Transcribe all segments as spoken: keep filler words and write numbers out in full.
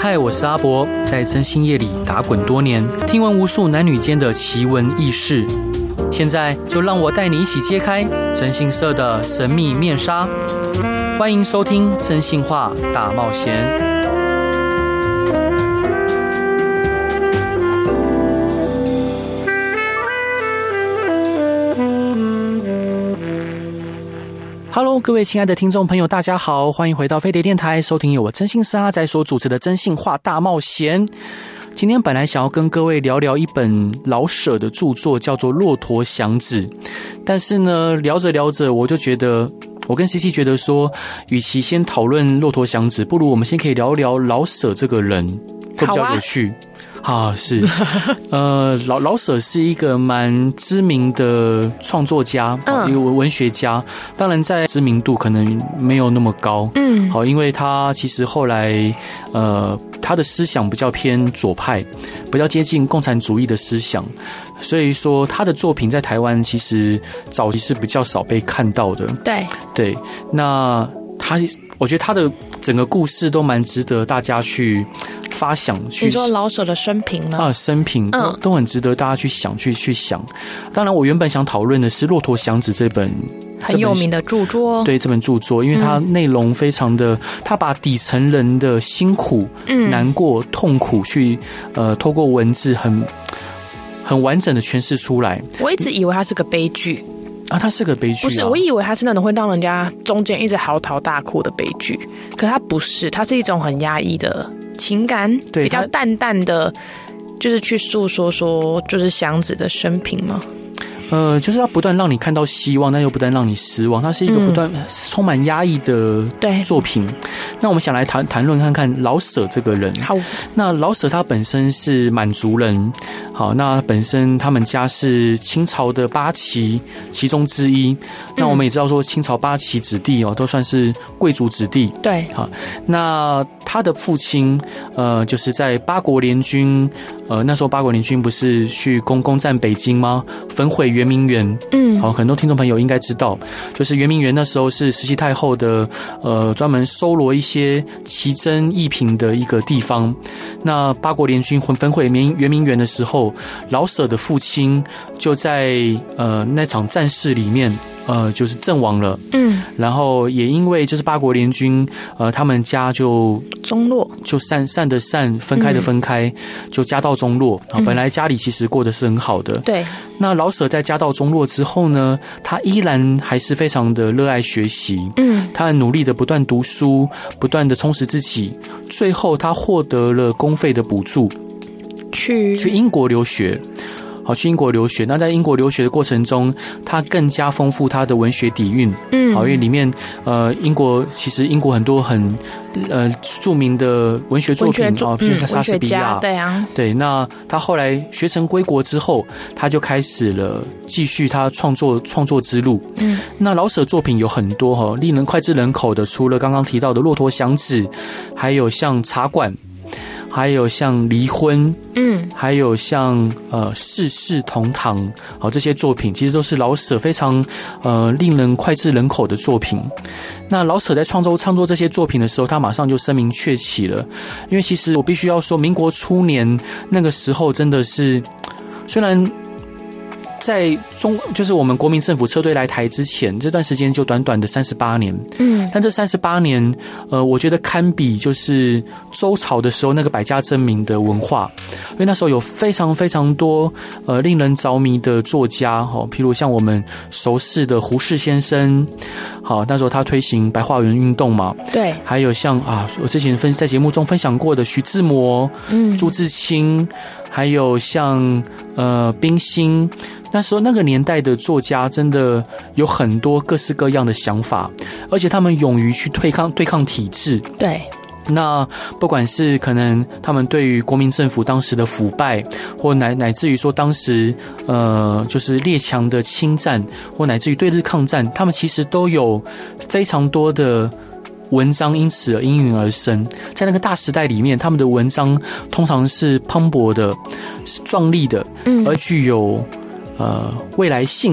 嗨，我是阿伯，在真心夜里打滚多年，听闻无数男女间的奇闻异事。现在就让我带你一起揭开征信社的神秘面纱。欢迎收听《征信话大冒险》。Hello， 各位亲爱的听众朋友，大家好，欢迎回到飞碟电台，收听由我征信社阿仔所主持的《征信话大冒险》。今天本来想要跟各位聊聊一本老舍的著作，叫做《骆驼祥子》，但是呢，聊着聊着，我就觉得，我跟 C C 觉得说，与其先讨论《骆驼祥子》，不如我们先可以聊聊老舍这个人，会比较有趣。啊，是，呃，老老舍是一个蛮知名的创作家，嗯，一个文学家，当然在知名度可能没有那么高，嗯，好，因为他其实后来，呃，他的思想比较偏左派，比较接近共产主义的思想，所以说他的作品在台湾其实早期是比较少被看到的，对对，那他，我觉得他的整个故事都蛮值得大家去发想去。 你说老舍的生平吗？ 啊，生平都、嗯、都很值得大家去想，去去想。当然，我原本想讨论的是《骆驼祥子》这本很有名的著作， 对这本著作，因为它内容非常的，他把底层人的辛苦、嗯、难过、痛苦去呃，透过文字很很完整的诠释出来。 我一直以为它是个悲剧。 啊，它是个悲剧、啊， 不是，我以为它是那种会让人家中间一直嚎啕大哭的悲剧，可它不是，它是一种很压抑的情感，比较淡淡的，就是去诉说说，就是祥子的生平嘛。 呃，就是它不断让你看到希望，但又不断让你失望。它是一个不断充满压抑的作品。嗯、那我们想来谈谈论看看老舍这个人。 好， 那老舍他本身是满族人，好，那本身他们家是清朝的八旗其中之一。那我们也知道说，清朝八旗子弟哦，都算是贵族子弟。 对， 好，那他的父亲，呃，就是在八国联军，呃，那时候八国联军不是去攻攻占北京吗？焚毁圆明园，嗯，好，很多听众朋友应该知道，就是圆明园那时候是慈禧太后的，呃，专门收罗一些奇珍异品的一个地方。那八国联军焚毁圆明园的时候，老舍的父亲就在呃那场战事里面。呃，就是阵亡了，嗯，然后也因为就是八国联军，呃，他们家就中落， 就散散的散，分开的分开，嗯、就家道中落。啊，本来家里其实过得是很好的，对。那老舍在家道中落之后呢，他依然还是非常的热爱学习，嗯，他很努力的不断读书，不断的充实自己，最后他获得了公费的补助， 去去英国留学。好，去英国留学。那在英国留学的过程中，他更加丰富他的文学底蕴。嗯，好，因为里面呃，英国其实英国很多很呃著名的文学作品啊，比如说莎士比亚， 对啊， 对。那他后来学成归国之后，他就开始了继续他创作创作之路。嗯，那老舍作品有很多哈，令人脍炙人口的，除了刚刚提到的《骆驼祥子》，还有像《茶馆》。还有像离婚，嗯，还有像呃世事同堂，好，这些作品其实都是老舍非常呃令人脍炙人口的作品。那老舍在创作创作这些作品的时候，他马上就声名鹊起了，因为其实我必须要说，民国初年那个时候真的是，虽然。在中就是我们国民政府撤退来台之前，这段时间就短短的三十八年，嗯，但这三十八年，呃，我觉得堪比就是周朝的时候那个百家争鸣的文化，因为那时候有非常非常多呃令人着迷的作家，哈，譬如像我们熟识的胡适先生，好，那时候他推行白话文运动嘛，对，还有像啊，我之前分在节目中分享过的徐志摩，嗯，朱自清，还有像呃冰心。那时候那个年代的作家真的有很多各式各样的想法，而且他们勇于去对抗对抗体制。对，那不管是可能他们对于国民政府当时的腐败，或乃乃至于说当时呃就是列强的侵占，或乃至于对日抗战，他们其实都有非常多的文章因此而应运而生。在那个大时代里面，他们的文章通常是磅礴的、是壮丽的，而具有呃未来性的。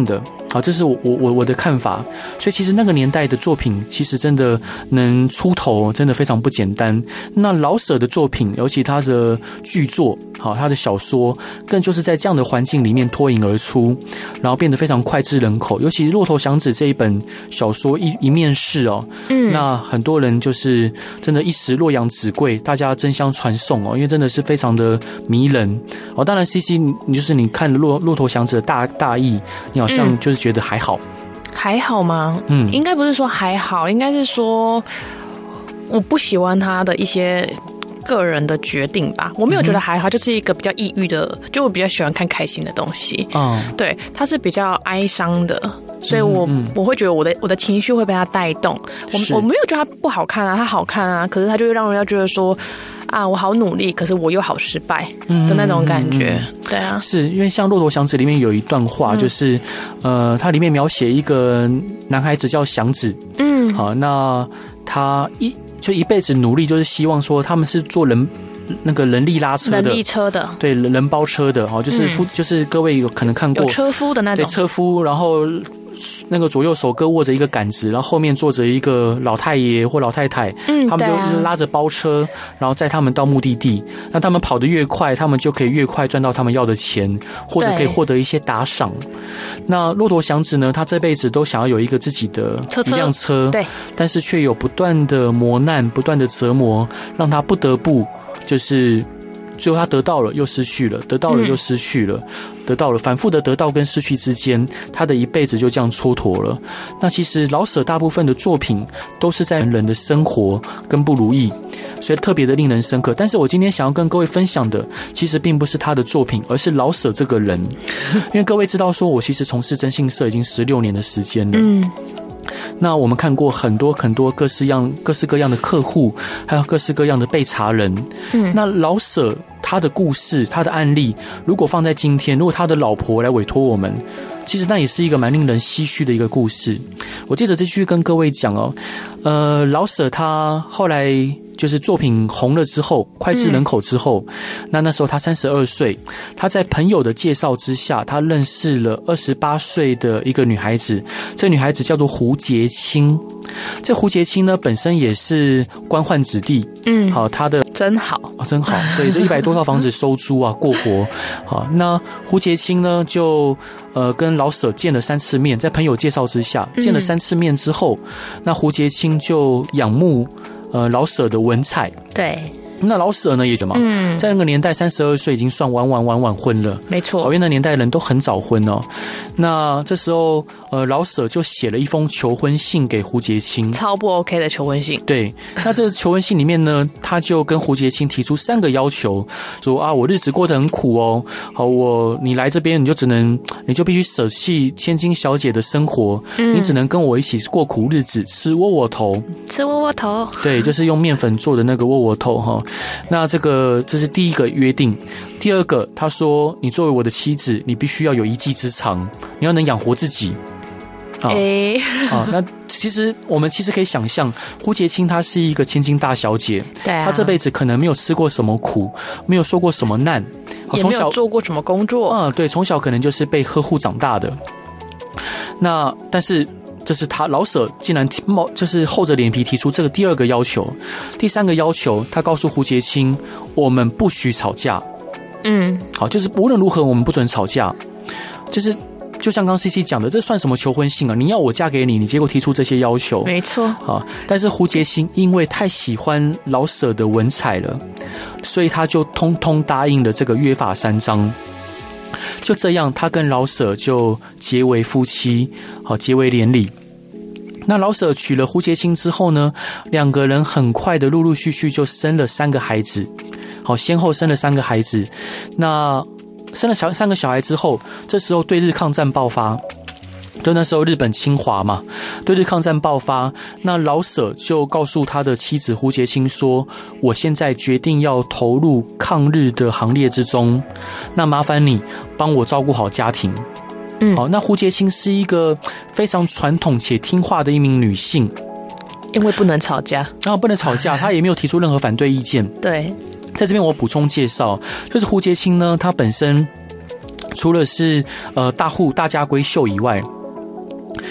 好，这是我我我的看法。所以其实那个年代的作品，其实真的能出头，真的非常不简单。那老舍的作品，尤其他的剧作，好，他的小说，更就是在这样的环境里面脱颖而出，然后变得非常脍炙人口。尤其是《骆驼祥子》这一本小说一一面世哦，嗯，那很多人就是真的一时洛阳纸贵，大家争相传颂哦，因为真的是非常的迷人哦。当然 ，C C， 你就是你看了《骆骆驼祥子》的大大意，你好像就是觉得还好，嗯、 还好吗？嗯，应该不是说还好，应该是说我不喜欢他的一些个人的决定吧。我没有觉得还好，就是一个比较抑郁的，就我比较喜欢看开心的东西。嗯，对，他是比较哀伤的。所以我，我、嗯嗯、我会觉得我的我的情绪会被他带动。我我没有觉得他不好看啊，他好看啊，可是他就会让人家觉得说，啊，我好努力，可是我又好失败的那种感觉。嗯嗯嗯、对啊， 是因为像《骆驼祥子》里面有一段话，就是、嗯、呃，它里面描写一个男孩子叫祥子，嗯，好，那他一就一辈子努力，就是希望说他们是做人。那个人力拉车的， 人力车的， 对，人包车的，哦，就是夫、嗯，就是各位有可能看过有车夫的那种， 对，车夫，然后那个左右手各握着一个杆子，然后后面坐着一个老太爷或老太太，嗯，他们就拉着包车，然后载他们到目的地。那他们跑得越快，他们就可以越快赚到他们要的钱，或者可以获得一些打赏。那骆驼祥子呢，他这辈子都想要有一个自己的一辆车，车对，但是却有不断的磨难、不断的折磨，让他不得不。就是最后他得到了又失去了，得到了又失去了，嗯、得到了反复的得到跟失去之间，他的一辈子就这样蹉跎了。那其实老舍大部分的作品都是在人的生活跟不如意，所以特别的令人深刻。但是我今天想要跟各位分享的，其实并不是他的作品，而是老舍这个人。因为各位知道说，我其实从事征信社已经十六年的时间了。嗯。那我们看过很多很多各式样各式各样的客户，还有各式各样的被查人。嗯，那老舍他的故事，他的案例，如果放在今天，如果他的老婆来委托我们，其实那也是一个蛮令人唏嘘的一个故事。我接着继续跟各位讲哦，呃，老舍他后来。就是作品红了之后，脍炙人口之后，嗯、那那时候他三十二岁，他在朋友的介绍之下，他认识了二十八岁的一个女孩子，这女孩子叫做胡洁清。这胡洁清呢，本身也是官宦子弟，嗯，好，他的真好啊，真好，对，这一百多套房子收租啊，过活。好，那胡洁清呢，就呃跟老舍见了三次面，在朋友介绍之下，见了三次面之后，嗯、那胡洁清就仰慕。呃，老舍的文采， 对， 那老舍呢也什么？嗯，在那个年代，三十二岁已经算晚晚晚晚婚了， 没错。 因为那年代人都很早婚哦。那这时候，呃，老舍就写了一封求婚信给胡洁清， 超不 OK 的求婚信。 对，那这求婚信里面呢，他就跟胡洁清提出三个要求，说啊，我日子过得很苦哦，好，我你来这边你就只能，你就必须舍弃千金小姐的生活，嗯、你只能跟我一起过苦日子，吃窝窝头， 吃窝窝头。 对，就是用面粉做的那个窝窝头哈。那这个这是第一个约定。第二个，他说你作为我的妻子，你必须要有一技之长，你要能养活自己。啊、欸啊、那其实我们其实可以想象，胡洁清她是一个千金大小姐， 对啊， 她这辈子可能没有吃过什么苦，没有受过什么难， 也没有做过什么工作。 嗯，对，从小可能就是被呵护长大的。那但是。这是他老舍竟然冒就是厚着脸皮提出这个第二个要求，第三个要求，他告诉胡洁清，我们不许吵架。嗯，好，就是无论如何我们不准吵架。就是就像刚刚 C C 讲的，这算什么求婚信啊？你要我嫁给你，你结果提出这些要求， 没错。 好，但是胡洁清因为太喜欢老舍的文采了，所以他就通通答应了这个约法三章。就这样，他跟老舍就结为夫妻，好，结为连理。那老舍娶了胡洁清之后呢，两个人很快的陆陆续续就生了三个孩子，好，先后生了三个孩子。那生了小三个小孩之后，这时候对日抗战爆发。就那时候日本侵华嘛，对日抗战爆发，那老舍就告诉他的妻子胡洁清说，我现在决定要投入抗日的行列之中，那麻烦你帮我照顾好家庭。嗯，好，那胡洁清是一个非常传统且听话的一名女性， 因为不能吵架， 然后不能吵架，她也没有提出任何反对意见。 对， 在这边我补充介绍，就是胡洁清呢，她本身除了是呃大户大家闺秀以外，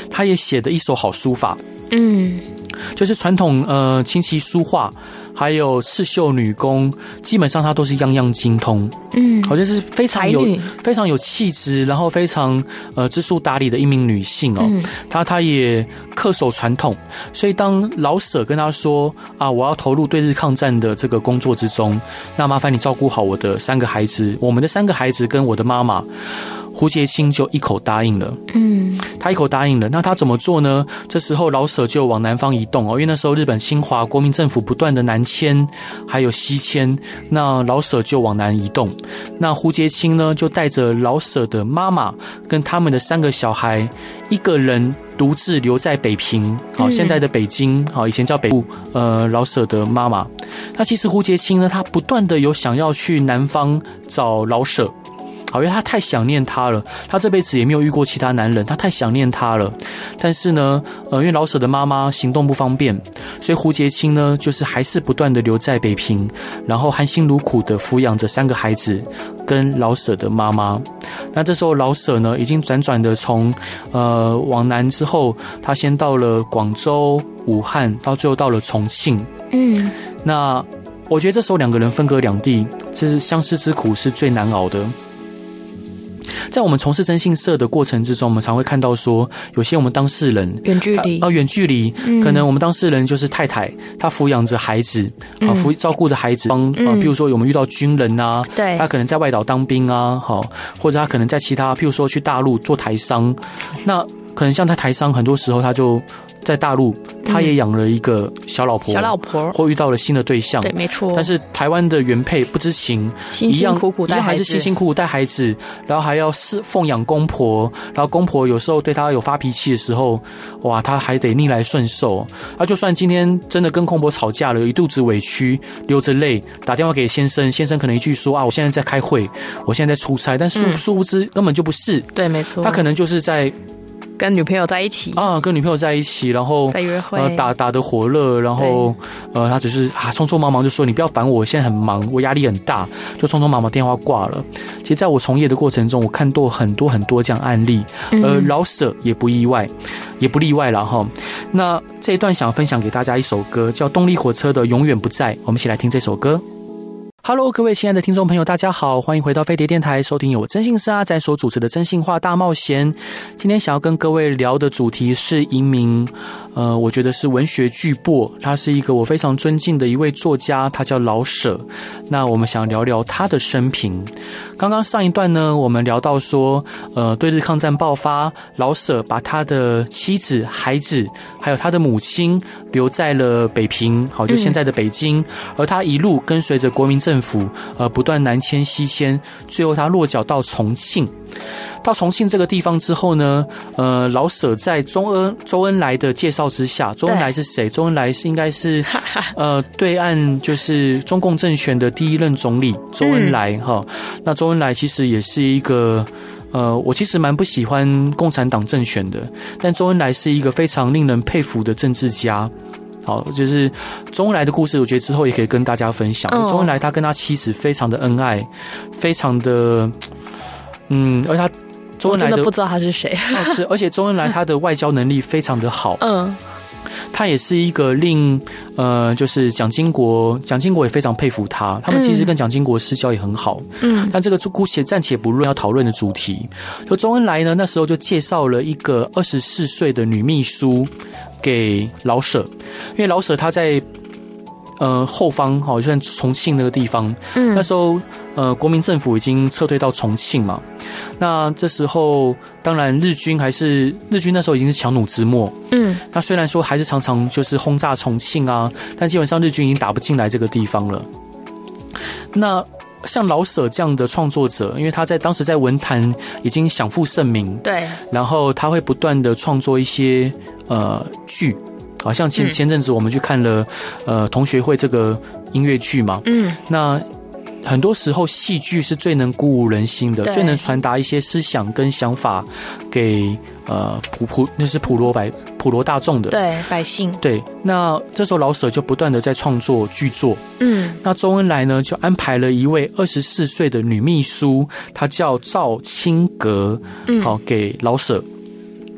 他也写的一手好书法， 嗯， 就是传统呃琴棋书画。还有刺绣女工，基本上她都是样样精通，嗯，好像是非常有非常有气质，然后非常呃知书达理的一名女性哦。嗯、她她也恪守传统，所以当老舍跟她说啊，我要投入对日抗战的这个工作之中，那麻烦你照顾好我的三个孩子，我们的三个孩子跟我的妈妈。胡杰清就一口答应了，嗯，他一口答应了。那他怎么做呢？这时候老舍就往南方移动哦，因为那时候日本侵华，国民政府不断的南迁，还有西迁，那老舍就往南移动。那胡杰清呢，就带着老舍的妈妈跟他们的三个小孩，一个人独自留在北平，好，现在的北京，好，以前叫北部。呃，老舍的妈妈，那其实胡杰清呢，他不断的有想要去南方找老舍。好，因为他太想念他了，他这辈子也没有遇过其他男人，他太想念他了。但是呢，呃，因为老舍的妈妈行动不方便，所以胡杰清呢，就是还是不断的留在北平，然后含辛茹苦的抚养着三个孩子跟老舍的妈妈。那这时候老舍呢，已经辗转的从呃往南之后，他先到了广州、武汉，到最后到了重庆。嗯，那我觉得这时候两个人分隔两地，这是相思之苦是最难熬的。在我们从事征信社的过程之中，我们常会看到说，有些我们当事人远距离啊，远距离，嗯、可能我们当事人就是太太，她抚养着孩子啊，抚照顾着孩子，帮、嗯、啊，譬如说我们遇到军人啊，对，他可能在外岛当兵啊，好，或者他可能在其他，譬如说去大陆做台商，那可能像在台商，很多时候他就在大陆。他也养了一个小老婆，小老婆，或遇到了新的对象， 对，没错。 但是台湾的原配不知情， 辛辛苦苦带孩子， 一样还是辛辛苦苦带孩子，然后还要是奉养公婆，然后公婆有时候对他有发脾气的时候，哇，他还得逆来顺受。啊，就算今天真的跟公婆吵架了，有一肚子委屈，流着泪打电话给先生，先生可能一句说啊，我现在在开会，我现在在出差，但殊殊不知根本就不是， 对，没错， 他可能就是在。 跟女朋友在一起啊，跟女朋友在一起，然后在约会， 呃，打打得火热，然后呃，他只是啊，匆匆忙忙就说你不要烦我，我现在很忙，我压力很大，就匆匆忙忙电话挂了。其实，在我从业的过程中，我看到很多很多这样案例，呃，老舍也不意外，也不例外了哈。那这一段想分享给大家一首歌，叫动力火车的《永远不在》，我们一起来听这首歌。Hello， 各位亲爱的听众朋友，大家好，欢迎回到飞碟电台，收听由我真心是阿仔所主持的真心话大冒险。今天想要跟各位聊的主题是一名，呃，我觉得是文学巨擘，他是一个我非常尊敬的一位作家，他叫老舍。那我们想聊聊他的生平。刚刚上一段呢，我们聊到说，呃，对日抗战爆发，老舍把他的妻子、孩子，还有他的母亲留在了北平，好，就现在的北京，嗯、而他一路跟随着国民政府，呃，不断南迁西迁，最后他落脚到重庆。到重庆这个地方之后呢，呃，老舍在周恩周恩来的介绍之下，周恩来是谁？周恩来是应该是呃对岸就是中共政权的第一任总理周恩来哈、嗯。那周恩来其实也是一个。呃，我其实蛮不喜欢共产党政权的，但周恩来是一个非常令人佩服的政治家。好，就是周恩来的故事，我觉得之后也可以跟大家分享。周恩来他跟他妻子非常的恩爱，非常的，嗯，而他周恩来的我真的不知道他是谁， 哦、而且周恩来他的外交能力非常的好，嗯。他也是一个令呃，就是蒋经国，蒋经国也非常佩服他。他们其实跟蒋经国私交也很好。嗯，但这个姑且暂且不论要讨论的主题。就周恩来呢，那时候就介绍了一个二十四岁的女秘书给老舍，因为老舍他在呃后方，好，就像重庆那个地方，嗯，那时候呃国民政府已经撤退到重庆嘛。那这时候，当然日军还是日军那时候已经是强弩之末，嗯，那虽然说还是常常就是轰炸重庆啊，但基本上日军已经打不进来这个地方了。那像老舍这样的创作者，因为他在当时在文坛已经享负盛名，对，然后他会不断的创作一些呃剧，好像前前阵子我们去看了呃同学会这个音乐剧嘛，嗯，那。很多时候，戏剧是最能鼓舞人心的，最能传达一些思想跟想法给呃普普那是普罗百普罗大众的， 对百姓。 对，那这时候老舍就不断的在创作剧作，嗯，那周恩来呢就安排了一位二十四岁的女秘书，她叫赵青阁，嗯，好给老舍。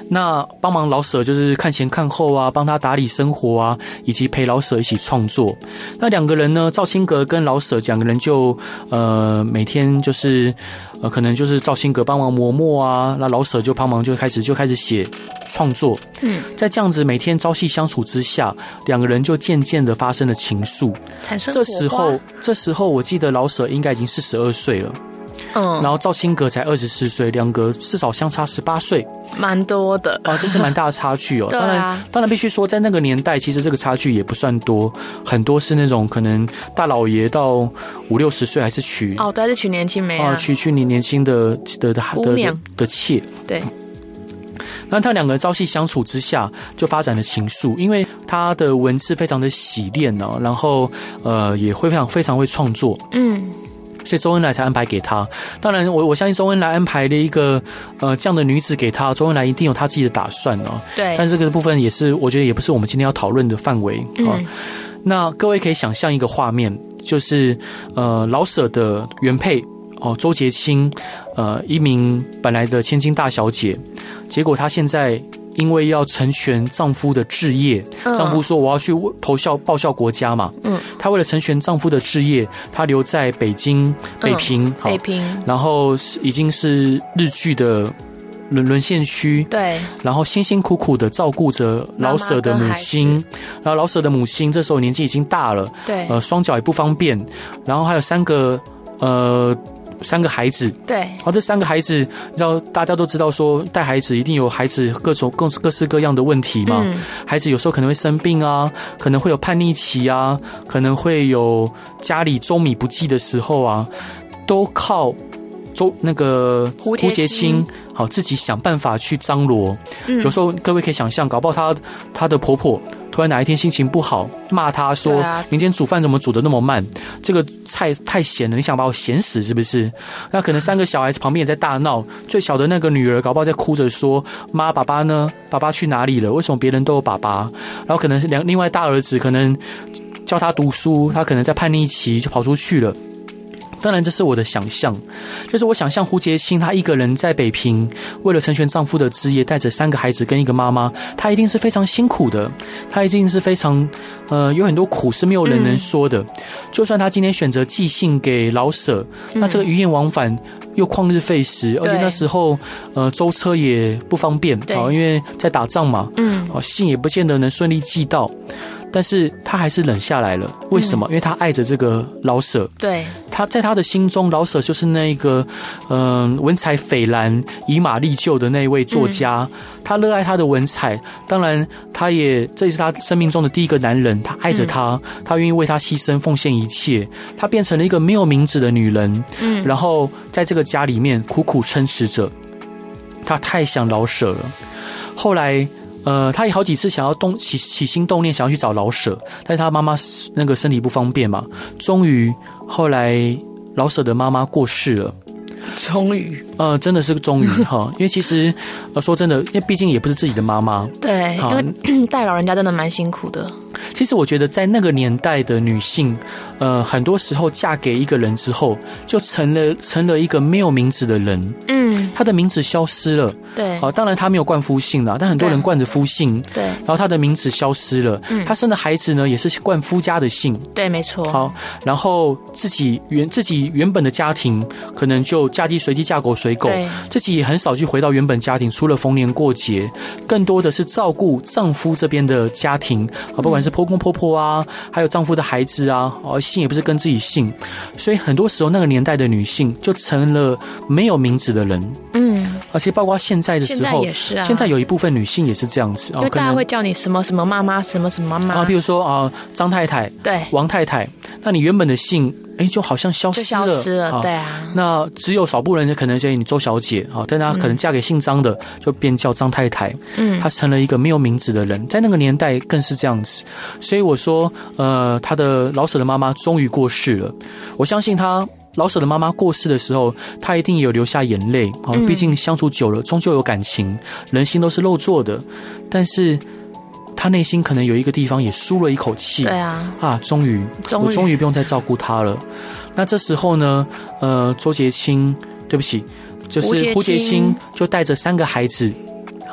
那帮忙老舍就是看前看后啊，帮他打理生活啊，以及陪老舍一起创作。那两个人呢，赵青格跟老舍两个人就呃每天就是呃可能就是赵青格帮忙磨墨啊，那老舍就帮忙就开始就开始写创作。嗯，在这样子每天朝夕相处之下，两个人就渐渐的发生了情愫， 产生火花。 这时候这时候我记得老舍应该已经四十二岁了。嗯，然后赵青格才二十四岁，两个至少相差十八岁， 蛮多的啊，这是蛮大的差距哦。 对啊， 当然，当然必须说，在那个年代，其实这个差距也不算多，很多是那种可能大老爷到五六十岁还是娶哦，对，还是娶年轻妹啊， 娶娶你年轻的的的姑娘的, 的妾， 对。 那他两个人朝夕相处之下，就发展了情愫，因为他的文字非常的洗练哦，然后呃也会非常非常会创作，嗯。所以周恩来才安排给他。当然我，我相信周恩来安排了一个呃这样的女子给他，周恩来一定有他自己的打算哦。 对。 但这个部分也是，我觉得也不是我们今天要讨论的范围啊。嗯。那各位可以想象一个画面，就是呃老舍的原配哦周洁清，呃一名本来的千金大小姐，结果她现在因为要成全丈夫的志业，丈夫说我要去投效报效国家嘛，嗯，她为了成全丈夫的志业，她留在北京北平， 北平， 然后已经是日据的沦沦陷区， 对， 然后辛辛苦苦的照顾着老舍的母亲，然后老舍的母亲这时候年纪已经大了， 对， 呃，双脚也不方便，然后还有三个呃。三个孩子， 对， 然后这三个孩子，你知道大家都知道说带孩子一定有孩子各种各各式各样的问题嘛，嗯，孩子有时候可能会生病啊，可能会有叛逆期啊，可能会有家里粥米不济的时候啊，都靠周那个胡洁清好自己想办法去张罗，嗯，有时候各位可以想象，搞不好她她的婆婆突然哪一天心情不好，骂她说：“啊，明天煮饭怎么煮得那么慢？这个菜太咸了，你想把我咸死是不是？”那可能三个小孩子旁边也在大闹，最小的那个女儿搞不好在哭着说：“妈，爸爸呢？爸爸去哪里了？为什么别人都有爸爸？”然后可能是两另外大儿子可能教他读书，他可能在叛逆期就跑出去了。当然这是我的想象，就是我想象胡洁清她一个人在北平，为了成全丈夫的志业，带着三个孩子跟一个妈妈，她一定是非常辛苦的，她一定是非常呃有很多苦是没有人能说的，嗯，就算她今天选择寄信给老舍，嗯，那这个余言往返又旷日费时，而且那时候呃舟车也不方便，好，因为在打仗嘛，嗯，好，信也不见得能顺利寄到。但是他还是忍下来了，为什么？嗯，因为他爱着这个老舍。对，他在他的心中，老舍就是那个，嗯、呃，文采斐然、以马立就的那一位作家。嗯，他热爱他的文采，当然，他也这也是他生命中的第一个男人。他爱着他，嗯，他愿意为他牺牲、奉献一切。他变成了一个没有名字的女人，嗯，然后在这个家里面苦苦撑持着。他太想老舍了，后来。呃，他也好几次想要动起起心动念，想要去找老舍，但是他妈妈那个身体不方便嘛，终于后来老舍的妈妈过世了。 终于， 呃，真的是个终于哈，因为其实呃说真的，因为毕竟也不是自己的妈妈， 对，因为带老人家真的蛮辛苦的。 其实我觉得在那个年代的女性，呃，很多时候嫁给一个人之后，就成了成了一个没有名字的人，嗯，她的名字消失了，对，好，当然她没有冠夫姓啦，但很多人冠着夫姓，对，然后她的名字消失了，嗯，她生的孩子呢也是冠夫家的姓， 对，没错， 好，然后自己原自己原本的家庭可能就嫁鸡随鸡嫁狗随狗，自己也很少去回到原本家庭，除了逢年过节，更多的是照顾丈夫这边的家庭啊，不管是婆公婆婆啊，还有丈夫的孩子啊，哦，姓也不是跟自己姓，所以很多时候那个年代的女性就成了没有名字的人，嗯，而且包括现在的时候，现在也是啊，现在有一部分女性也是这样子， 因为大家会叫你什么什么妈妈，什么什么妈妈， 啊，比如说啊，张太太，对，王太太，那你原本的姓。哎，就好像消失了， 就消失了，对啊。 那只有少部分人可能叫你周小姐啊，但她可能嫁给姓张的，就变叫张太太。嗯，她成了一个没有名字的人，在那个年代更是这样子。所以我说，呃，她的老舍的妈妈终于过世了。我相信她老舍的妈妈过世的时候，她一定有流下眼泪啊，毕竟相处久了，终究有感情，人心都是肉做的。但是。他内心可能有一个地方也舒了一口气，对啊，啊，终于，我终于不用再照顾他了。那这时候呢，呃，周洁清，对不起，就是胡洁清就带着三个孩子，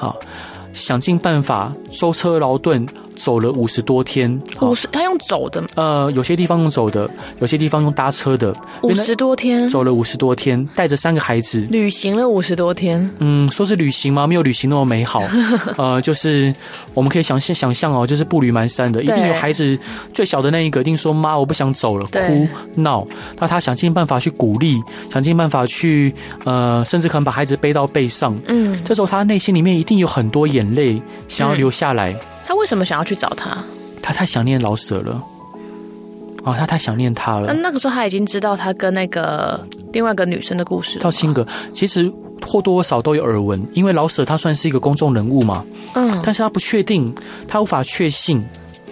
好，想尽办法舟车劳顿走了五十多天。 五十，他用走的？ 呃，有些地方用走的，有些地方用搭车的。 五十多天， 走了五十多天，带着三个孩子， 旅行了五十多天。 嗯，说是旅行吗？没有旅行那么美好。呃，就是我们可以想象想象哦，就是步履蹒跚的，一定有孩子最小的那一个，一定说妈，我不想走了，哭闹。那他想尽办法去鼓励，想尽办法去呃，甚至可能把孩子背到背上。嗯，这时候他内心里面一定有很多眼泪想要流下来。嗯， 他为什么想要去找他？ 他太想念老舍了。哦，他太想念他了。 那那个时候他已经知道他跟那个另外一个女生的故事了。 赵青阁其实或多或少都有耳闻，因为老舍他算是一个公众人物嘛。嗯，但是他不确定，他无法确信。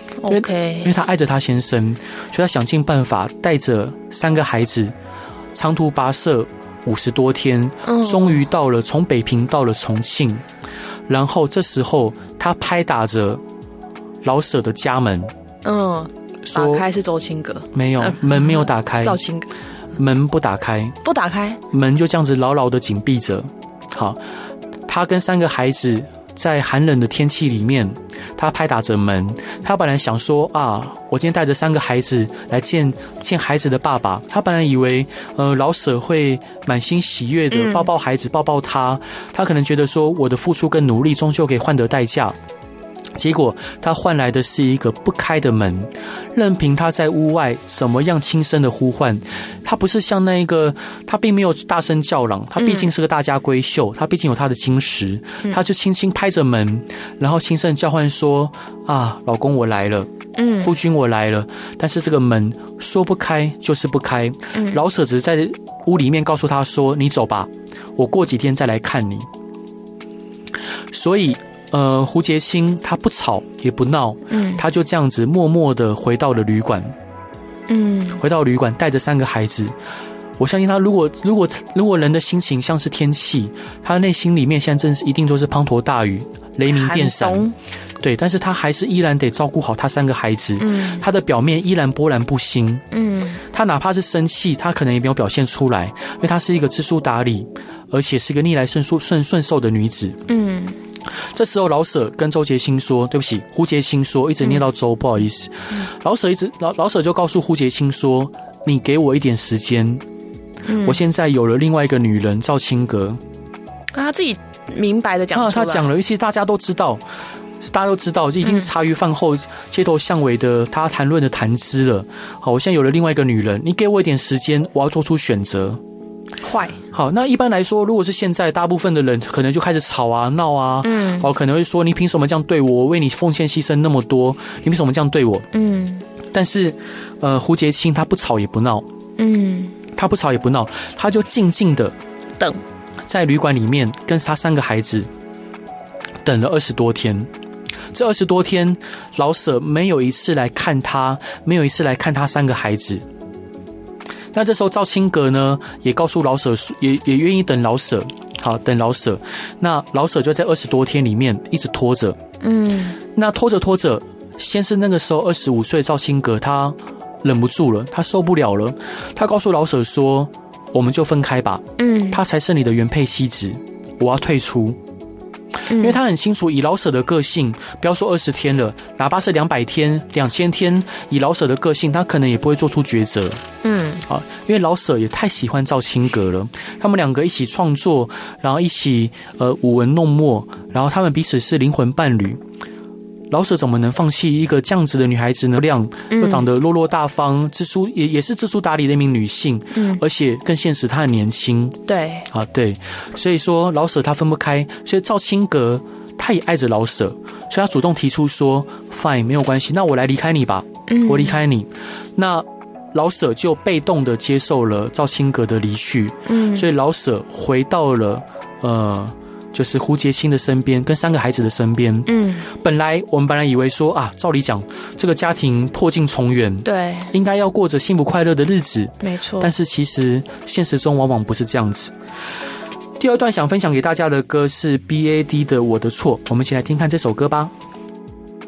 OK， 因为他爱着他先生，所以他想尽办法带着三个孩子长途跋涉五十多天，嗯，终于到了从北平到了重庆，然后这时候他拍打着老舍的家门，嗯。 打开是周青阁， 没有，门没有打开， 赵青阁门不打开， 不打开，门就这样子牢牢的紧闭着。好，他跟三个孩子在寒冷的天气里面，他拍打着门。他本来想说啊，我今天带着三个孩子来见见孩子的爸爸。他本来以为呃老舍会满心喜悦的抱抱孩子，抱抱他。他可能觉得说我的付出跟努力终究可以换得代价。结果他换来的是一个不开的门，任凭他在屋外怎么样轻声的呼唤，他不是像那个，他并没有大声叫嚷，他毕竟是个大家闺秀，他毕竟有他的金石，他就轻轻拍着门，然后轻声叫唤说啊，老公我来了，嗯，夫君我来了。但是这个门说不开就是不开，嗯，老舍只是在屋里面告诉他说，你走吧，我过几天再来看你。所以呃，胡杰清他不吵也不闹，嗯，他就这样子默默的回到了旅馆，嗯，回到旅馆带着三个孩子。我相信他如果如果如果人的心情像是天气，他内心里面现在真是一定都是滂沱大雨，雷鸣电闪，对，但是他还是依然得照顾好他三个孩子，嗯，他的表面依然波澜不惊，嗯，他哪怕是生气，他可能也没有表现出来，因为他是一个知书达理，而且是一个逆来顺受顺顺受的女子，嗯。这时候老舍跟周杰清说，对不起，胡杰清说，一直念到周，嗯，不好意思，嗯，老舍一直老老舍就告诉胡杰清说，你给我一点时间，嗯，我现在有了另外一个女人赵青阁， 啊，他自己明白的讲出来， 啊，他讲了，其实大家都知道，大家都知道，已经是茶余饭后街头巷尾的他谈论的谈资了。好，我现在有了另外一个女人，你给我一点时间，我要做出选择。 坏， 好，那一般来说，如果是现在，大部分的人可能就开始吵啊、闹啊，嗯，好，可能会说你凭什么这样对我？我为你奉献牺牲那么多，你凭什么这样对我？嗯，但是，呃，胡杰清他不吵也不闹，嗯，他不吵也不闹，他就静静的等， 在旅馆里面跟他三个孩子等了二十多天。这二十多天，老舍没有一次来看他，没有一次来看他三个孩子。那这时候赵青阁呢，也告诉老舍，也也愿意等老舍，好，等老舍。那老舍就在二十多天里面一直拖着，嗯，那拖着拖着，先是那个时候二十五岁赵青阁他忍不住了，他受不了了，他告诉老舍说，我们就分开吧，嗯，他才是你的原配妻子，我要退出。因为他很清楚，以老舍的个性，不要说二十天了，哪怕是两百天、两千天，以老舍的个性，他可能也不会做出抉择。嗯，啊，因为老舍也太喜欢赵青阁了，他们两个一起创作，然后一起呃舞文弄墨，然后他们彼此是灵魂伴侣。老舍怎么能放弃一个这样子的女孩子呢？亮又长得落落大方，知书也也是知书达理的一名女性，嗯，而且更现实，她很年轻， 对啊，对，所以说老舍他分不开，所以赵青阁他也爱着老舍，所以他主动提出说 ，fine 没有关系，那我来离开你吧，嗯，我离开你，那老舍就被动的接受了赵青阁的离去，嗯，所以老舍回到了呃。就是胡杰清的身边，跟三个孩子的身边。嗯，本来我们本来以为说啊，照理讲，这个家庭破镜重圆， 对， 应该要过着幸福快乐的日子， 没错。 但是其实现实中往往不是这样子。第二段想分享给大家的歌是 B A D 的《我的错》，我们一起来听看这首歌吧。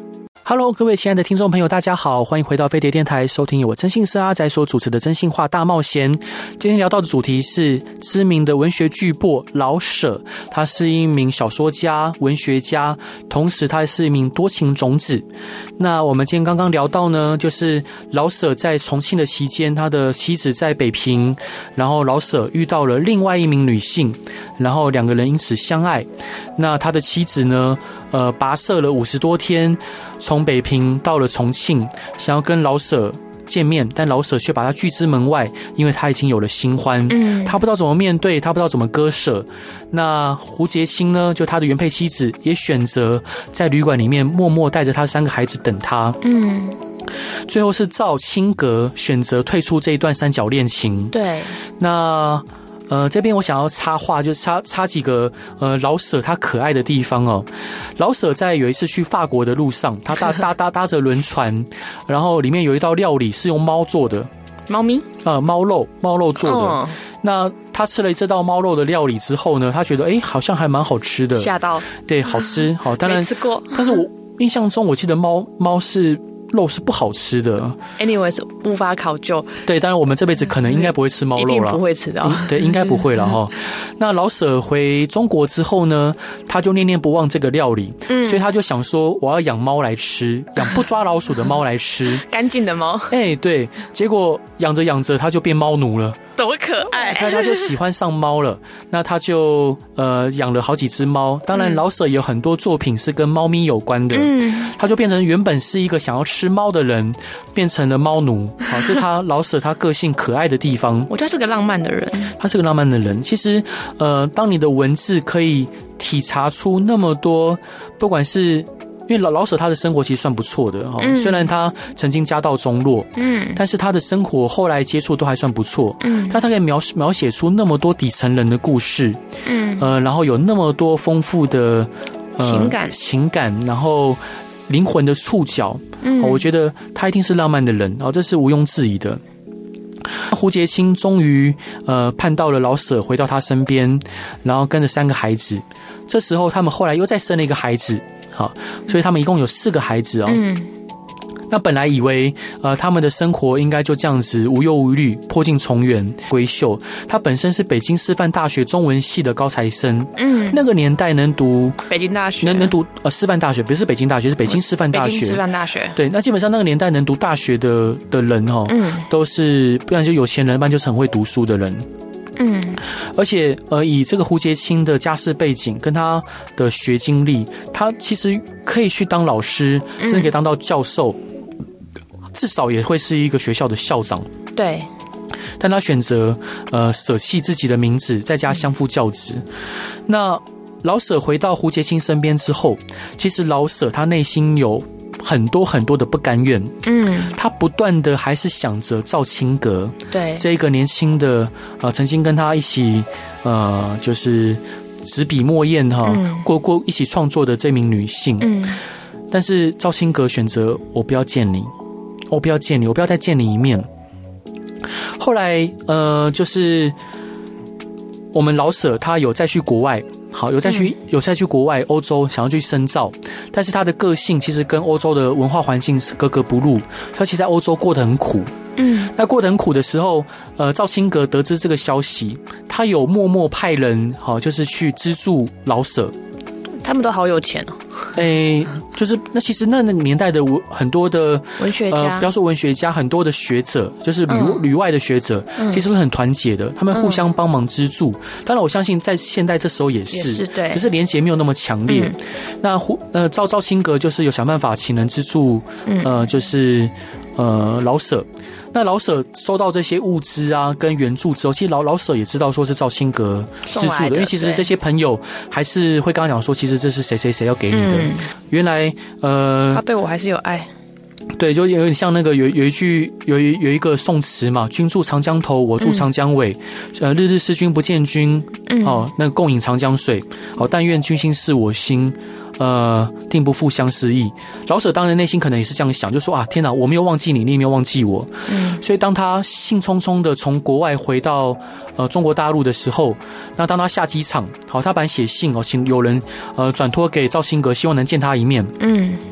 Hello， 各位亲爱的听众朋友，大家好，欢迎回到飞碟电台，收听由我真心是阿仔所主持的真心话大冒险。今天聊到的主题是知名的文学巨擘老舍，他是一名小说家、文学家，同时他是一名多情种子。那我们今天刚刚聊到呢，就是老舍在重庆的期间，他的妻子在北平，然后老舍遇到了另外一名女性，然后两个人因此相爱。那他的妻子呢，呃，跋涉了五十多天，从北平到了重庆，想要跟老舍见面，但老舍却把他拒之门外，因为他已经有了新欢，嗯，他不知道怎么面对，他不知道怎么割舍。那胡洁清呢，就他的原配妻子，也选择在旅馆里面默默带着他三个孩子等他，嗯。最后是赵青阁选择退出这一段三角恋情， 对， 那。呃，这边我想要插话，就插插几个呃老舍他可爱的地方哦。老舍在有一次去法国的路上，他搭搭搭搭着轮船，然后里面有一道料理是用猫做的， 猫咪呃猫肉猫肉做的。哦、那他吃了这道猫肉的料理之后呢，他觉得哎好像还蛮好吃的， 吓到， 对，好吃，好，当然没吃过， 但是我印象中我记得猫猫是。肉是不好吃的 ，anyways 无法考究。 对，当然我们这辈子可能应该不会吃猫肉了，一定不会吃到。 对，应该不会了哈。那老舍回中国之后呢，他就念念不忘这个料理，嗯，所以他就想说，我要养猫来吃，养不抓老鼠的猫来吃， 干净的猫。 哎，对，结果养着养着他就变猫奴了。 多可爱！ 他他就喜欢上猫了，那他就呃养了好几只猫。当然，老舍有很多作品是跟猫咪有关的，嗯，他就变成原本是一个想要吃猫的人，变成了猫奴。好，这是他老舍他个性可爱的地方。 我觉得他是个浪漫的人， 他是个浪漫的人。其实，呃，当你的文字可以体察出那么多，不管是。因为老老舍他的生活其实算不错的哈，嗯、虽然他曾经家道中落，嗯，但是他的生活后来接触都还算不错，嗯，他他可以描描写出那么多底层人的故事，嗯，呃，然后有那么多丰富的、 呃、情感情感，然后灵魂的触角，嗯，我觉得他一定是浪漫的人，然后这是毋庸置疑的。胡洁清终于呃盼到了老舍回到他身边，然后跟着三个孩子，这时候他们后来又再生了一个孩子。好，所以他们一共有四个孩子哦。嗯，那本来以为呃他们的生活应该就这样子无忧无虑，破镜重圆。闺秀她本身是北京师范大学中文系的高材生，嗯，那个年代能读北京大学， 能能读呃师范大学，不是北京大学，是北京师范大学。 北京师范大学， 对，那基本上那个年代能读大学的的人哦，嗯，都是不然就有钱人，不然就是很会读书的人。嗯，而且呃，以这个胡洁清的家世背景跟他的学经历，他其实可以去当老师，甚至可以当到教授，嗯、至少也会是一个学校的校长。 对， 但他选择呃舍弃自己的名字，在家相夫教子。那老舍回到胡洁清身边之后，其实老舍他内心有很多很多的不甘愿，嗯，他不断的还是想着赵青阁， 对， 这个年轻的呃，曾经跟他一起呃，就是执笔墨砚哈，嗯、过过一起创作的这名女性，嗯，但是赵青阁选择我不要见你，我不要见你，我不要再见你一面。后来呃，就是我们老舍他有再去国外。好，有再去有再去国外欧洲想要去深造，但是他的个性其实跟欧洲的文化环境是格格不入，他其实在欧洲过得很苦。嗯，那过得很苦的时候，呃，赵青阁得知这个消息，他有默默派人，好，就是去资助老舍。 他们都好有钱哦。 诶，就是那其实那那个年代的很多的文学家， 呃，不要说文学家，很多的学者，就是旅、嗯、旅外的学者，嗯、其实都很团结的，他们互相帮忙资助。嗯、当然，我相信在现在这时候也是， 也是对， 只是连结没有那么强烈。嗯、那胡呃赵赵青阁就是有想办法请人资助，嗯、呃，就是呃老舍。那老舍收到这些物资啊跟援助之后，其实老老舍也知道说是赵青阁资助的，因为其实这些朋友还是会跟他讲说，其实这是谁谁谁要给你的。嗯、原来呃， 他对我还是有爱。 对，就有点像那个有有一句有一有一个宋词嘛，君住长江头，我住长江尾，嗯、呃，日日思君不见君，嗯、哦，那个共饮长江水，哦，但愿君心似我心。呃，定不负相思意。老舍当然内心可能也是这样想，就说啊，天哪，我没有忘记你，你也没有忘记我。嗯，所以当他兴冲冲的从国外回到呃中国大陆的时候，那当他下机场，好，他本来写信哦，请有人呃转托给赵青阁，希望能见他一面。嗯。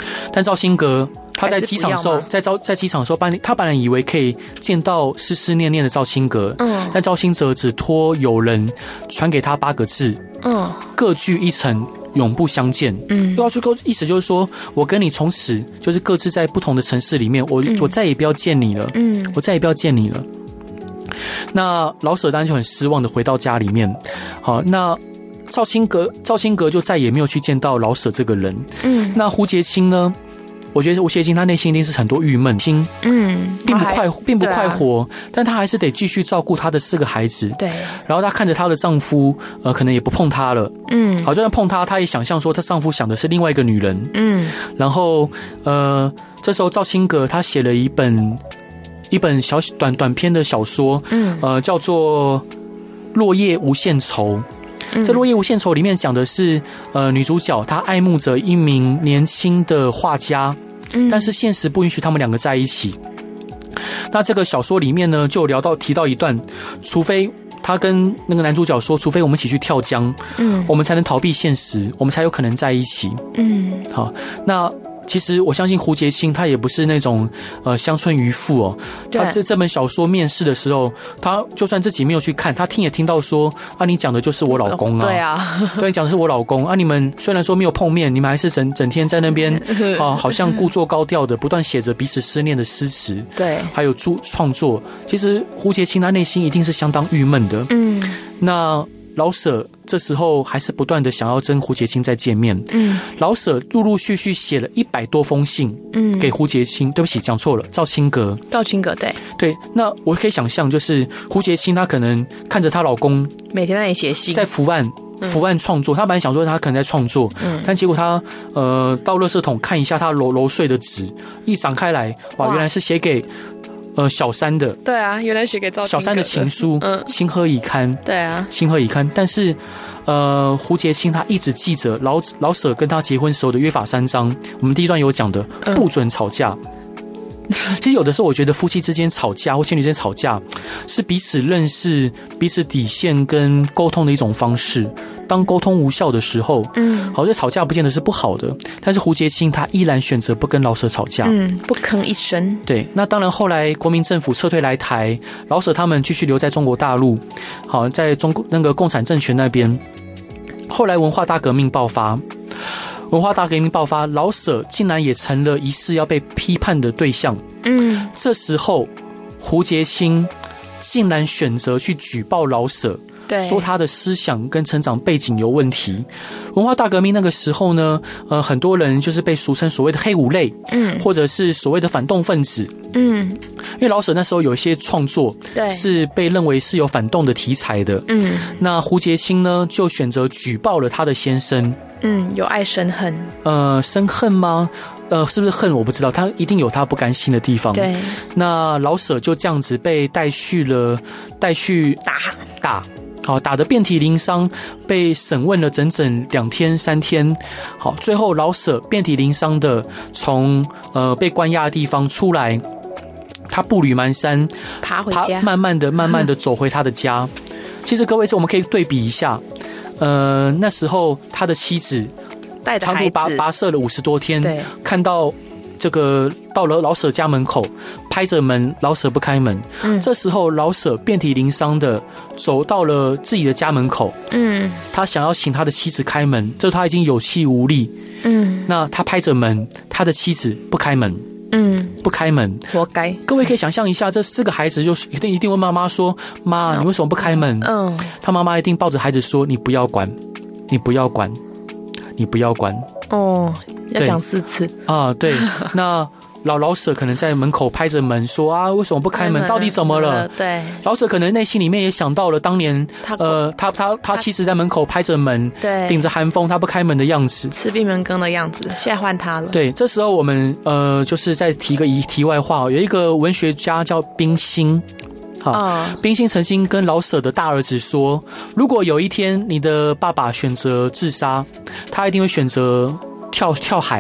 但赵新阁他在机场的时候，在招在机场的时候，他本来以为可以见到思思念念的赵新阁，嗯，但赵新阁只托友人传给他八个字，嗯，各据一城，永不相见。嗯，又要说意思就是说我跟你从此就是各自在不同的城市里面，我、嗯、我再也不要见你了，嗯，我再也不要见你了。那老舍当然就很失望的回到家里面，好，那赵新阁赵新阁就再也没有去见到老舍这个人。嗯，那胡杰清呢？我觉得胡杰清他内心一定是很多郁闷心，嗯，并不快并不快活，啊、但他还是得继续照顾他的四个孩子。对，然后他看着她的丈夫，呃，可能也不碰她了，嗯，好，就算碰她，她也想象说她丈夫想的是另外一个女人，嗯，然后呃，这时候赵新阁他写了一本一本小短短篇的小说，嗯，呃，叫做《落叶无限愁》。这《落叶无限愁》里面讲的是，呃，女主角她爱慕着一名年轻的画家，但是现实不允许他们两个在一起。那这个小说里面呢，就聊到提到一段，除非她跟那个男主角说，除非我们一起去跳江，嗯，我们才能逃避现实，我们才有可能在一起。嗯，好，那。其实我相信胡杰清他也不是那种呃乡村渔妇哦，他这这本小说面试的时候，他就算自己没有去看，他听也听到说啊，你讲的就是我老公啊，对啊，对，你讲的是我老公啊，你们虽然说没有碰面，你们还是整整天在那边啊，好像故作高调的不断写着彼此思念的诗词，对，还有创作。其实胡杰清他内心一定是相当郁闷的，嗯，那。老舍这时候还是不断的想要跟胡杰清再见面。嗯，老舍陆陆续续写了一百多封信，嗯，给胡杰清。对不起，讲错了，赵新阁。 赵新阁，对对。那我可以想象，就是胡杰清她可能看着她老公每天在那里写信， 在伏案伏案创作。她本来想说她可能在创作，嗯，但结果她呃到垃圾桶看一下她揉揉碎的纸，一展开来，哇，原来是写给。呃，小三的， 对啊，原来写给赵小三的情书，嗯，情何以堪？ 对啊， 情何以堪？但是，呃，胡杰清他一直记着老老舍跟他结婚时候的约法三章，我们第一段有讲的，不准吵架。嗯、其实有的时候，我觉得夫妻之间吵架或情侣之间吵架，是彼此认识彼此底线跟沟通的一种方式。当沟通无效的时候，嗯，好，这吵架不见得是不好的，但是胡杰清他依然选择不跟老舍吵架， 嗯，不吭一声。 对，那当然后来国民政府撤退来台，老舍他们继续留在中国大陆，好，在中国那个共产政权那边。后来文化大革命爆发，文化大革命爆发，老舍竟然也成了疑似要被批判的对象。嗯，这时候胡杰清竟然选择去举报老舍。说他的思想跟成长背景有问题。文化大革命那个时候呢，呃，很多人就是被俗称所谓的黑五类，嗯，或者是所谓的反动分子，嗯，因为老舍那时候有一些创作，对，是被认为是有反动的题材的，嗯，那胡杰清呢就选择举报了他的先生， 嗯，有爱生恨， 呃，生恨吗？呃，是不是恨我不知道，他一定有他不甘心的地方。对，那老舍就这样子被带去了，带去打打。好，打得遍体鳞伤，被审问了整整两天三天。好，最后老舍遍体鳞伤的从呃被关押的地方出来，他步履蹒跚， 爬回家， 慢慢的、慢慢的走回他的家。其实各位，我们可以对比一下，呃，那时候他的妻子带着孩子长途跋跋涉了五十多天，看到。这个到了老舍家门口，拍着门，老舍不开门。嗯，这时候老舍遍体鳞伤的走到了自己的家门口。嗯，他想要请他的妻子开门，这时候他已经有气无力。嗯，那他拍着门，他的妻子不开门。嗯，不开门， 活该。 各位可以想象一下，这四个孩子就一定一定问妈妈说：“妈，你为什么不开门？”嗯，他妈妈一定抱着孩子说：“你不要管，你不要管，你不要管。” 哦。要讲四次啊，对，那老老舍可能在门口拍着门说啊，为什么不开门？到底怎么了？对，老舍可能内心里面也想到了当年，呃，他他他妻子在门口拍着门，对，顶着寒风，他不开门的样子， 吃闭门羹的样子。现在换他了。 对，这时候我们呃，就是再提个题外话，有一个文学家叫冰心。好，冰心曾经跟老舍的大儿子说，如果有一天你的爸爸选择自杀，他一定会选择跳跳海，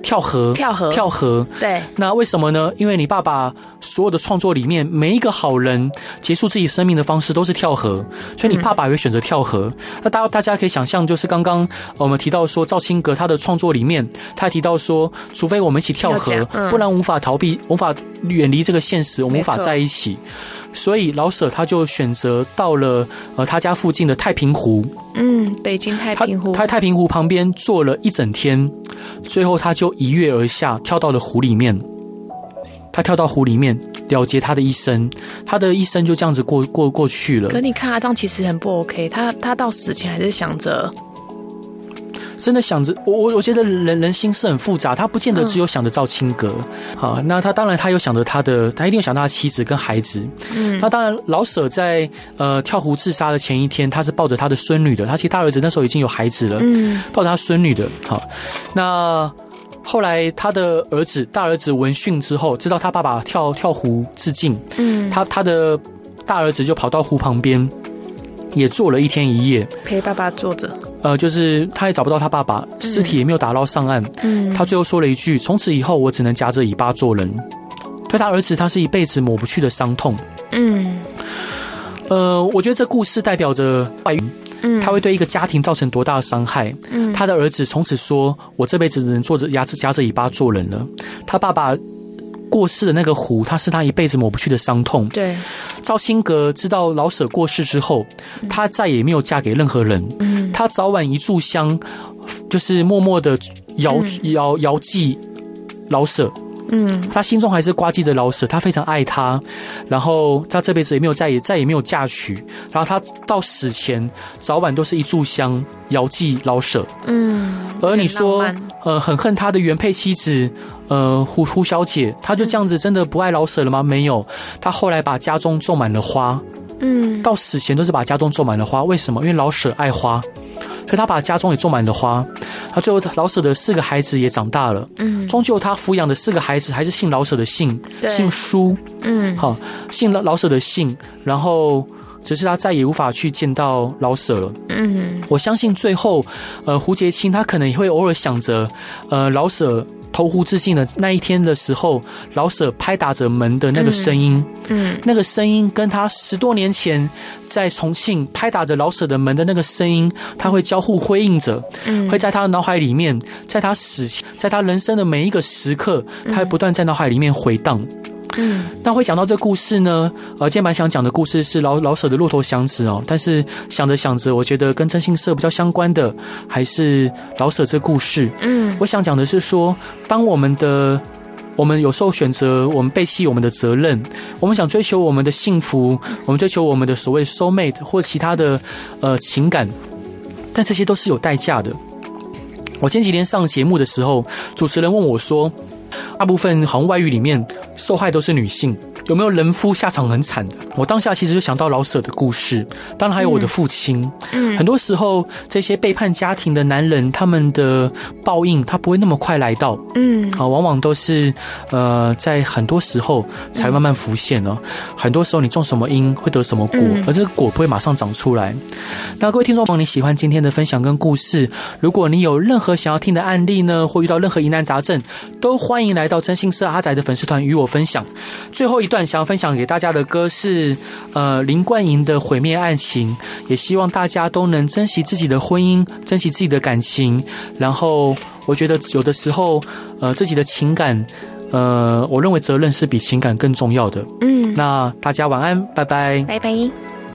跳河， 跳河， 跳河。 对， 那为什么呢？因为你爸爸所有的创作里面，每一个好人结束自己生命的方式都是跳河，所以你爸爸也会选择跳河。嗯、那大大家可以想象，就是刚刚我们提到说，赵青格他的创作里面，他提到说，除非我们一起跳河，嗯、不然无法逃避，无法远离这个现实，我们无法在一起。所以老舍他就选择到了呃他家附近的太平湖， 嗯，北京太平湖， 他在太平湖旁边坐了一整天，最后他就一跃而下，跳到了湖里面。他跳到湖里面，了结他的一生，他的一生就这样子过过过去了。 可你看阿张其实很不 OK， 他他到死前还是想着。 真的想着我我我觉得人人心是很复杂，他不见得只有想着赵青格，好、嗯，那他当然他有想着他的，他一定有想到他的妻子跟孩子。嗯，那当然老舍在呃跳湖自杀的前一天，他是抱着他的孙女的，他其实大儿子那时候已经有孩子了，嗯，抱着他孙女的。好，那后来他的儿子大儿子闻讯之后，知道他爸爸跳跳湖自尽，嗯，他他的大儿子就跑到湖旁边。也坐了一天一夜， 陪爸爸坐着。 呃，就是他也找不到他爸爸，尸体也没有打捞上岸。嗯，他最后说了一句：“从此以后，我只能夹着尾巴做人。”对他儿子，他是一辈子抹不去的伤痛。嗯，呃，我觉得这故事代表着外遇，嗯，他会对一个家庭造成多大的伤害。嗯，他的儿子从此说：“我这辈子只能坐着夹着夹着尾巴做人了。”他爸爸过世的那个湖，他是他一辈子抹不去的伤痛。 对， 赵青格知道老舍过世之后，他再也没有嫁给任何人。嗯，他早晚一炷香，就是默默的遥遥遥祭老舍。嗯，他心中还是挂记着老舍，他非常爱他，然后他这辈子也没有再也再也没有嫁娶，然后他到死前早晚都是一炷香遥祭老舍。嗯，而你说呃很恨他的原配妻子呃胡胡小姐，她就这样子真的不爱老舍了吗？没有，她后来把家中种满了花。嗯，到死前都是把家中种满了花，为什么？因为老舍爱花。所以他把家中也种满了花，他最后老舍的四个孩子也长大了，嗯，终究他抚养的四个孩子还是姓老舍的姓，姓舒，嗯，好，姓老舍的姓，然后只是他再也无法去见到老舍了，嗯，我相信最后，呃，胡杰清他可能也会偶尔想着，呃，老舍投湖自尽的那一天的时候，老舍拍打着门的那个声音，嗯，嗯那个声音跟他十多年前在重庆拍打着老舍的门的那个声音，他会交互辉映着，嗯，会在他的脑海里面，在他死，在他人生的每一个时刻，他会不断在脑海里面回荡。嗯，那会讲到这故事呢？呃，今天蛮想讲的故事是老老舍的《骆驼祥子》哦，但是想着想着，我觉得跟征信社比较相关的还是老舍这故事。嗯，我想讲的是说，当我们的我们有时候选择我们背弃我们的责任，我们想追求我们的幸福，我们追求我们的所谓 soul mate 或其他的呃情感，但这些都是有代价的。我前几天上节目的时候，主持人问我说，大部分好像外遇里面受害都是女性，有没有人夫下场很惨的？我当下其实就想到老舍的故事，当然还有我的父亲。嗯，很多时候这些背叛家庭的男人，他们的报应他不会那么快来到，嗯，啊，往往都是呃在很多时候才慢慢浮现哦。很多时候你种什么因会得什么果，嗯、而这个果不会马上长出来。那各位听众朋友，你喜欢今天的分享跟故事？如果你有任何想要听的案例呢，或遇到任何疑难杂症，都欢迎来到真心社阿宅的粉丝团与我分享。最后一段想要分享给大家的歌是呃林冠莹的《毁灭爱情》，也希望大家都能珍惜自己的婚姻，珍惜自己的感情。然后我觉得有的时候呃自己的情感呃我认为责任是比情感更重要的。嗯，那大家晚安，拜拜， 拜拜。